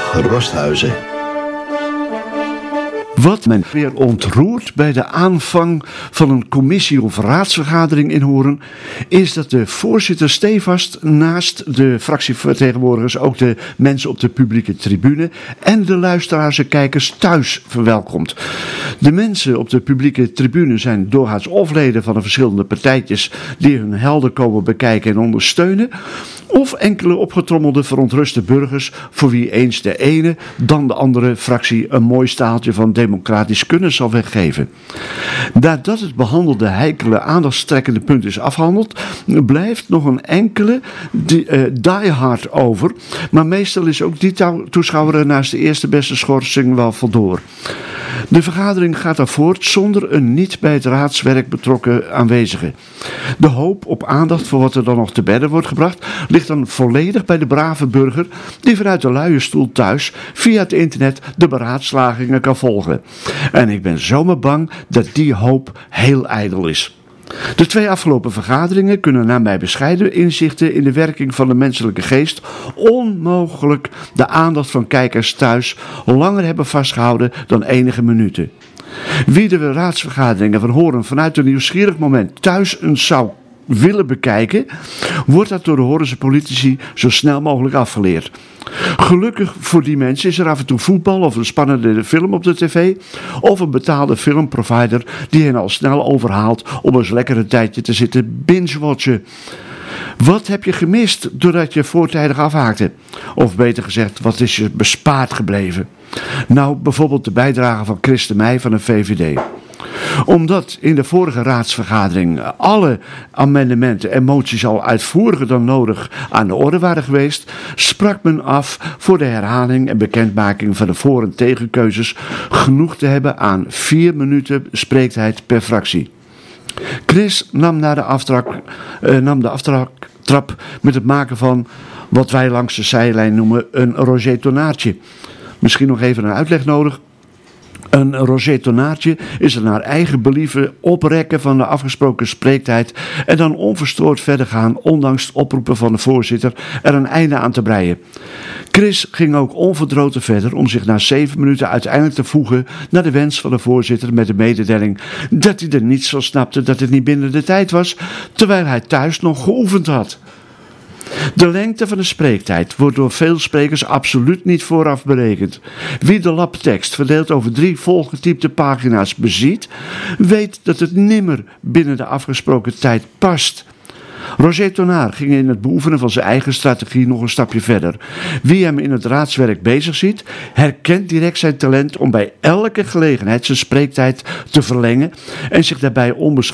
Rosthuizen. Wat men weer ontroert bij de aanvang van een commissie- of raadsvergadering in Hoorn, is dat de voorzitter stevast naast de fractievertegenwoordigers ook de mensen op de publieke tribune en de luisteraars en kijkers thuis verwelkomt. De mensen op de publieke tribune zijn doorgaans of leden van de verschillende partijtjes die hun helden komen bekijken en ondersteunen, of enkele opgetrommelde verontruste burgers voor wie eens de ene dan de andere fractie een mooi staaltje van democratisch kunnen zal weggeven. Nadat het behandelde heikele aandachtstrekkende punt is afgehandeld, blijft nog een enkele diehard over, maar meestal is ook die toeschouwer naast de eerste beste schorsing wel vandoor. De vergadering gaat dan voort zonder een niet bij het raadswerk betrokken aanwezige. De hoop op aandacht voor wat er dan nog te bedden wordt gebracht ligt dan volledig bij de brave burger die vanuit de luie stoel thuis via het internet de beraadslagingen kan volgen. En ik ben zomaar bang dat die hoop heel ijdel is. De 2 afgelopen vergaderingen kunnen naar mijn bescheiden inzichten in de werking van de menselijke geest onmogelijk de aandacht van kijkers thuis langer hebben vastgehouden dan enige minuten. Wie de raadsvergaderingen van Hoorn vanuit een nieuwsgierig moment thuis eens zou willen bekijken, wordt dat door de Hoornse politici zo snel mogelijk afgeleerd. Gelukkig voor die mensen is er af en toe voetbal of een spannende film op de tv of een betaalde filmprovider die hen al snel overhaalt om eens lekker een tijdje te zitten binge-watchen. Wat heb je gemist doordat je voortijdig afhaakte? Of beter gezegd, wat is je bespaard gebleven? Nou, bijvoorbeeld de bijdrage van Chris de Meij van de VVD. Omdat in de vorige raadsvergadering alle amendementen en moties al uitvoeriger dan nodig aan de orde waren geweest, sprak men af voor de herhaling en bekendmaking van de voor- en tegenkeuzes genoeg te hebben aan 4 minuten spreektijd per fractie. Chris nam de aftrap met het maken van wat wij langs de zijlijn noemen een rosé-tonaartje. Misschien nog even een uitleg nodig. Een rosé-tonaartje is er naar eigen believen oprekken van de afgesproken spreektijd en dan onverstoord verder gaan, ondanks het oproepen van de voorzitter er een einde aan te breien. Chris ging ook onverdroten verder om zich na 7 minuten uiteindelijk te voegen naar de wens van de voorzitter met de mededeling dat hij er niets van snapte dat het niet binnen de tijd was, terwijl hij thuis nog geoefend had. De lengte van de spreektijd wordt door veel sprekers absoluut niet vooraf berekend. Wie de labtekst verdeeld over 3 volgetypte pagina's beziet, weet dat het nimmer binnen de afgesproken tijd past. Roger Tonaar ging in het beoefenen van zijn eigen strategie nog een stapje verder. Wie hem in het raadswerk bezig ziet, herkent direct zijn talent om bij elke gelegenheid zijn spreektijd te verlengen en zich daarbij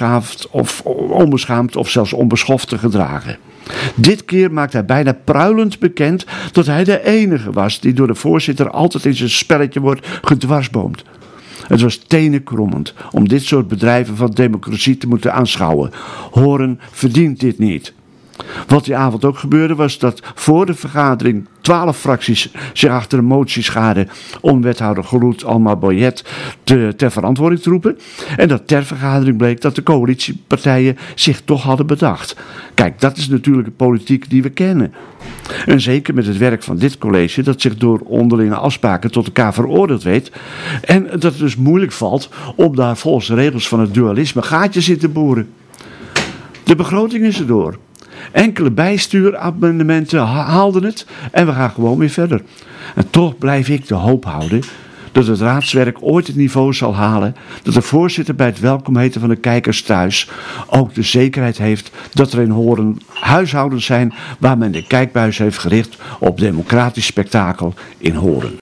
onbeschaamd of zelfs onbeschoft te gedragen. Dit keer maakt hij bijna pruilend bekend dat hij de enige was die door de voorzitter altijd in zijn spelletje wordt gedwarsboomd. Het was tenenkrommend om dit soort bedrijven van democratie te moeten aanschouwen. Hoorn verdient dit niet. Wat die avond ook gebeurde was dat voor de vergadering 12 fracties zich achter een motie schaarden om wethouder Geroet Alma-Boyet ter verantwoording te roepen. En dat ter vergadering bleek dat de coalitiepartijen zich toch hadden bedacht. Kijk, dat is natuurlijk de politiek die we kennen. En zeker met het werk van dit college dat zich door onderlinge afspraken tot elkaar veroordeeld weet. En dat het dus moeilijk valt om daar volgens de regels van het dualisme gaatjes in te boren. De begroting is erdoor. Enkele bijstuuramendementen haalden het en we gaan gewoon weer verder. En toch blijf ik de hoop houden dat het raadswerk ooit het niveau zal halen dat de voorzitter bij het welkom heten van de kijkers thuis ook de zekerheid heeft dat er in Hoorn huishoudens zijn waar men de kijkbuis heeft gericht op democratisch spektakel in Hoorn.